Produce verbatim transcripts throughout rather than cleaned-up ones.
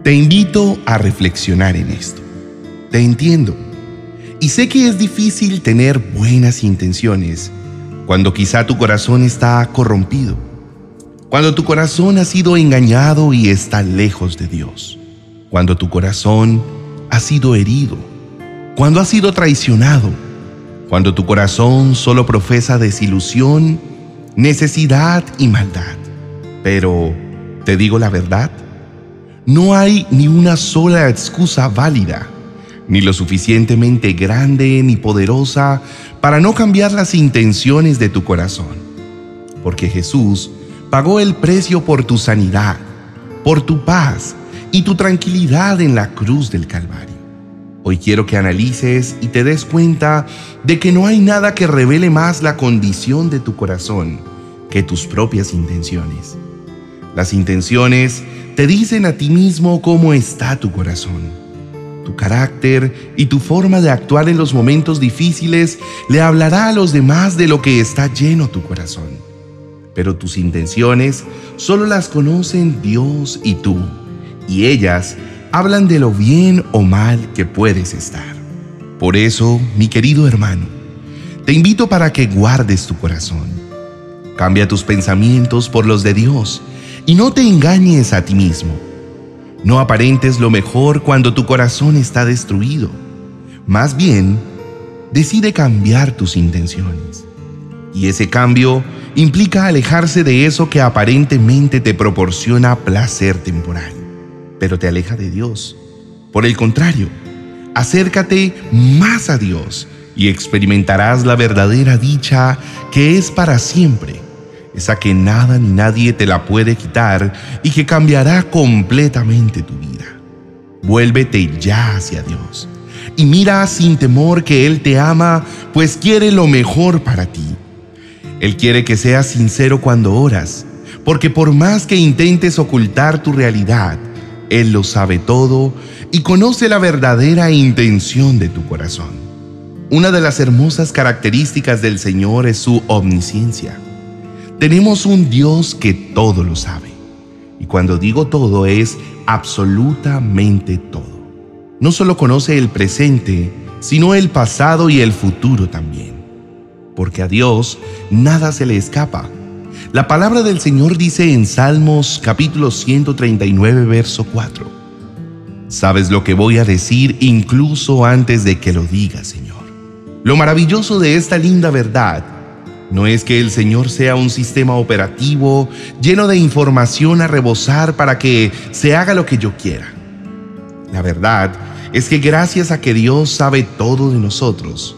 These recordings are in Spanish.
Te invito a reflexionar en esto. Te entiendo. Y sé que es difícil tener buenas intenciones cuando quizá tu corazón está corrompido, cuando tu corazón ha sido engañado y está lejos de Dios, cuando tu corazón ha sido herido, cuando ha sido traicionado, cuando tu corazón solo profesa desilusión, necesidad y maldad. Pero, ¿te digo la verdad? No hay ni una sola excusa válida, ni lo suficientemente grande ni poderosa para no cambiar las intenciones de tu corazón. Porque Jesús pagó el precio por tu sanidad, por tu paz y tu tranquilidad en la cruz del Calvario. Hoy quiero que analices y te des cuenta de que no hay nada que revele más la condición de tu corazón que tus propias intenciones. Las intenciones te dicen a ti mismo cómo está tu corazón. Tu carácter y tu forma de actuar en los momentos difíciles le hablará a los demás de lo que está lleno tu corazón. Pero tus intenciones solo las conocen Dios y tú, y ellas hablan de lo bien o mal que puedes estar. Por eso, mi querido hermano, te invito para que guardes tu corazón. Cambia tus pensamientos por los de Dios y no te engañes a ti mismo. No aparentes lo mejor cuando tu corazón está destruido. Más bien, decide cambiar tus intenciones. Y ese cambio implica alejarse de eso que aparentemente te proporciona placer temporal, pero te aleja de Dios. Por el contrario, acércate más a Dios y experimentarás la verdadera dicha que es para siempre, esa que nada ni nadie te la puede quitar y que cambiará completamente tu vida. Vuélvete ya hacia Dios y mira sin temor que Él te ama, pues quiere lo mejor para ti. Él quiere que seas sincero cuando oras, porque por más que intentes ocultar tu realidad, Él lo sabe todo y conoce la verdadera intención de tu corazón. Una de las hermosas características del Señor es su omnisciencia. Tenemos un Dios que todo lo sabe. Y cuando digo todo, es absolutamente todo. No solo conoce el presente, sino el pasado y el futuro también. Porque a Dios nada se le escapa. La palabra del Señor dice en Salmos capítulo ciento treinta y nueve, verso cuatro. Sabes lo que voy a decir incluso antes de que lo diga, Señor. Lo maravilloso de esta linda verdad no es que el Señor sea un sistema operativo lleno de información a rebosar para que se haga lo que yo quiera. La verdad es que gracias a que Dios sabe todo de nosotros,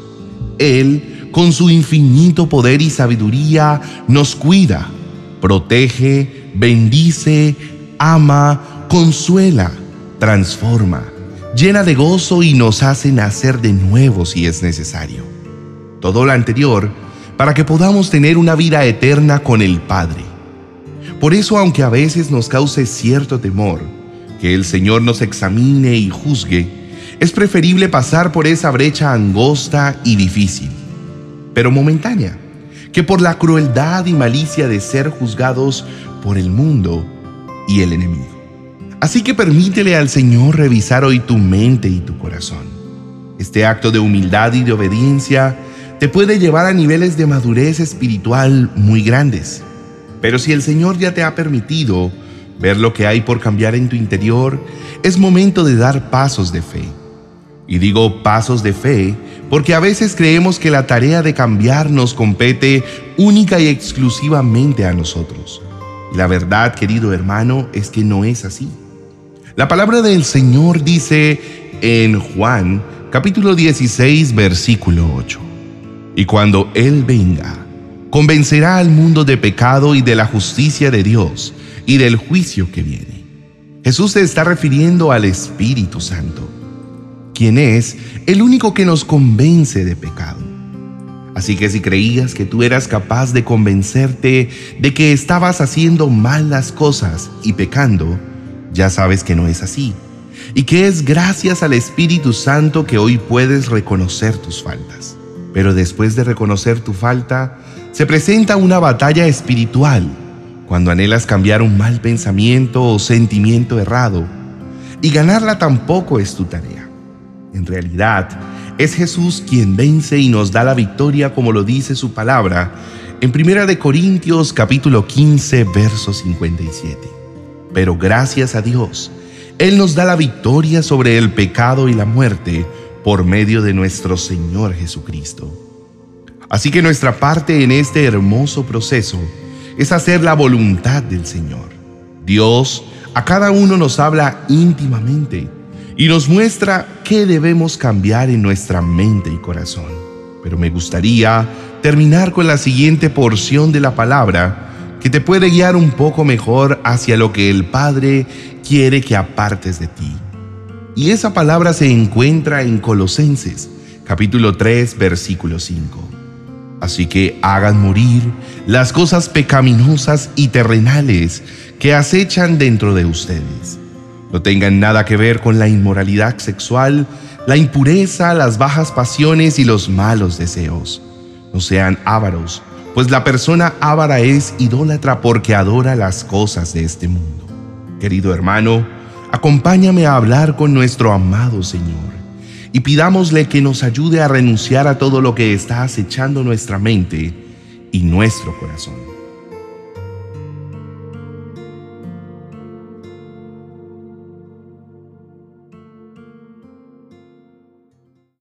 Él, con su infinito poder y sabiduría, nos cuida, protege, bendice, ama, consuela, transforma, llena de gozo y nos hace nacer de nuevo si es necesario. Todo lo anterior para que podamos tener una vida eterna con el Padre. Por eso, aunque a veces nos cause cierto temor que el Señor nos examine y juzgue, es preferible pasar por esa brecha angosta y difícil, pero momentánea, que por la crueldad y malicia de ser juzgados por el mundo y el enemigo. Así que permítele al Señor revisar hoy tu mente y tu corazón. Este acto de humildad y de obediencia te puede llevar a niveles de madurez espiritual muy grandes. Pero si el Señor ya te ha permitido ver lo que hay por cambiar en tu interior, es momento de dar pasos de fe. Y digo pasos de fe porque a veces creemos que la tarea de cambiar nos compete única y exclusivamente a nosotros. Y la verdad, querido hermano, es que no es así. La palabra del Señor dice en Juan, capítulo dieciséis, versículo ocho. Y cuando Él venga, convencerá al mundo de pecado y de la justicia de Dios y del juicio que viene. Jesús se está refiriendo al Espíritu Santo, quien es el único que nos convence de pecado. Así que si creías que tú eras capaz de convencerte de que estabas haciendo mal las cosas y pecando, ya sabes que no es así, y que es gracias al Espíritu Santo que hoy puedes reconocer tus faltas. Pero después de reconocer tu falta, se presenta una batalla espiritual cuando anhelas cambiar un mal pensamiento o sentimiento errado. y ganarla tampoco es tu tarea. En realidad, es Jesús quien vence y nos da la victoria, como lo dice su palabra en Primera de Corintios capítulo quince, verso cincuenta y siete. Pero gracias a Dios, Él nos da la victoria sobre el pecado y la muerte por medio de nuestro Señor Jesucristo. Así que nuestra parte en este hermoso proceso es hacer la voluntad del Señor. Dios a cada uno nos habla íntimamente y nos muestra qué debemos cambiar en nuestra mente y corazón. Pero me gustaría terminar con la siguiente porción de la palabra que te puede guiar un poco mejor hacia lo que el Padre quiere que apartes de ti. Y esa palabra se encuentra en Colosenses, capítulo tres, versículo cinco. Así que hagan morir las cosas pecaminosas y terrenales que acechan dentro de ustedes. No tengan nada que ver con la inmoralidad sexual, la impureza, las bajas pasiones y los malos deseos. No sean ávaros, pues la persona avara es idólatra porque adora las cosas de este mundo. Querido hermano, acompáñame a hablar con nuestro amado Señor y pidámosle que nos ayude a renunciar a todo lo que está acechando nuestra mente y nuestro corazón.